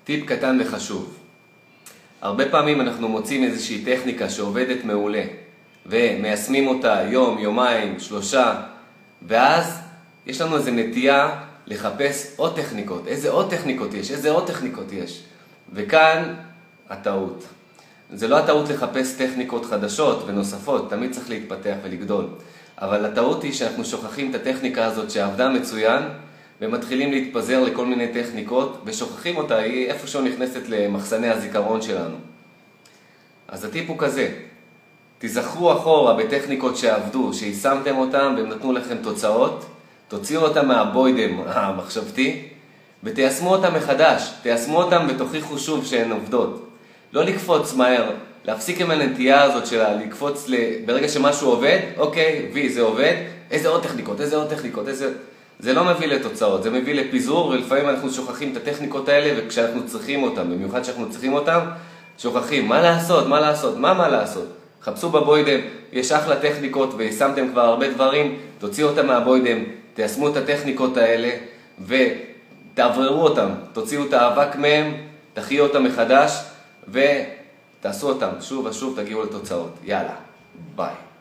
טיפ קטן וחשוב. הרבה פעמים אנחנו מוצאים איזושהי טכניקה שעובדת מעולה, ומיישמים אותה יום, יומיים, 3, ואז יש לנו איזו נטייה לחפש עוד טכניקות. איזה עוד טכניקות יש? איזה עוד טכניקות יש? וכאן הטעות. זה לא הטעות לחפש טכניקות חדשות ונוספות, תמיד צריך להתפתח ולגדול. אבל הטעות היא שאנחנו שוכחים את הטכניקה הזאת שעבדה מצוין, ומתחילים להתפזר לכל מיני טכניקות, ושוכחים אותה, היא איפשהו נכנסת למחסני הזיכרון שלנו. אז הטיפ הוא כזה, תזכרו אחורה בטכניקות שעבדו, שיישמתם אותם והם נתנו לכם תוצאות, תוציאו אותם מהבוידם המחשבתי, ותיישמו אותם מחדש, תיישמו אותם ותוכיחו שוב שהן עובדות. לא לקפוץ מהר, להפסיק עם הנטייה הזאת שלה, לקפוץ ברגע שמשהו עובד, אוקיי, זה עובד, איזה עוד טכניקות, איזה עוד טכניקות, זה לא מביא לתוצאות, זה מביא לפיזור, ולפעמים אנחנו שוכחים את הטכניקות האלה, וכשאנחנו צריכים אותם, במיוחד שאנחנו צריכים אותם, שוכחים, מה לעשות, מה לעשות. חפשו בבוידם, יש אחלה טכניקות, ויישמתם כבר הרבה דברים, תוציאו אותם מהבוידם, תיישמו את הטכניקות האלה, ותעבררו אותם, תוציאו את האבק מהם, תחיו אותם מחדש, ותעשו אותם שוב ושוב, תגיעו לתוצאות. יאללה, ביי.